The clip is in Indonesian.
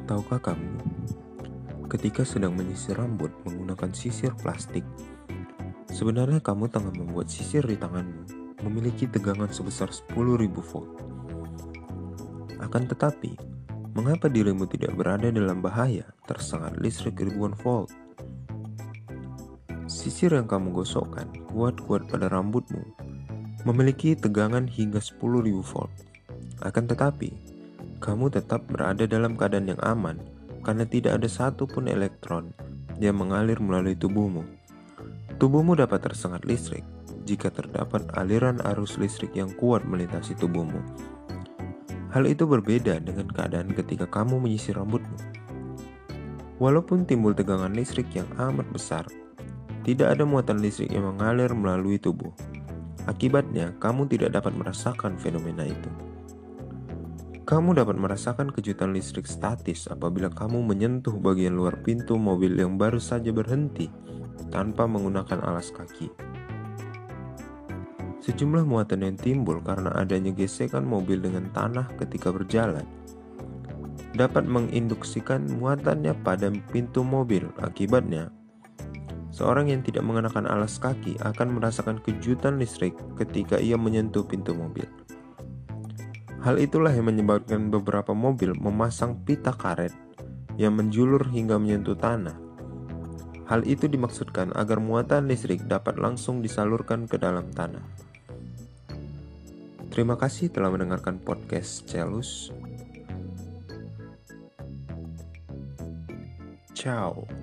Tahukah kamu, ketika sedang menyisir rambut menggunakan sisir plastik, sebenarnya kamu tengah membuat sisir di tanganmu memiliki tegangan sebesar 10.000 volt. Akan tetapi, mengapa dirimu tidak berada dalam bahaya tersengat listrik ribuan volt? Sisir yang kamu gosokkan kuat-kuat pada rambutmu memiliki tegangan hingga 10.000 volt. Akan tetapi, kamu tetap berada dalam keadaan yang aman karena tidak ada satupun elektron yang mengalir melalui tubuhmu. Tubuhmu dapat tersengat listrik jika terdapat aliran arus listrik yang kuat melintasi tubuhmu. Hal itu berbeda dengan keadaan ketika kamu menyisir rambutmu. Walaupun timbul tegangan listrik yang amat besar, tidak ada muatan listrik yang mengalir melalui tubuh. Akibatnya, kamu tidak dapat merasakan fenomena itu. Kamu dapat merasakan kejutan listrik statis apabila kamu menyentuh bagian luar pintu mobil yang baru saja berhenti tanpa menggunakan alas kaki. Sejumlah muatan yang timbul karena adanya gesekan mobil dengan tanah ketika berjalan dapat menginduksikan muatannya pada pintu mobil. Akibatnya, seorang yang tidak mengenakan alas kaki akan merasakan kejutan listrik ketika ia menyentuh pintu mobil. Hal itulah yang menyebabkan beberapa mobil memasang pita karet yang menjulur hingga menyentuh tanah. Hal itu dimaksudkan agar muatan listrik dapat langsung disalurkan ke dalam tanah. Terima kasih telah mendengarkan podcast Celus. Ciao.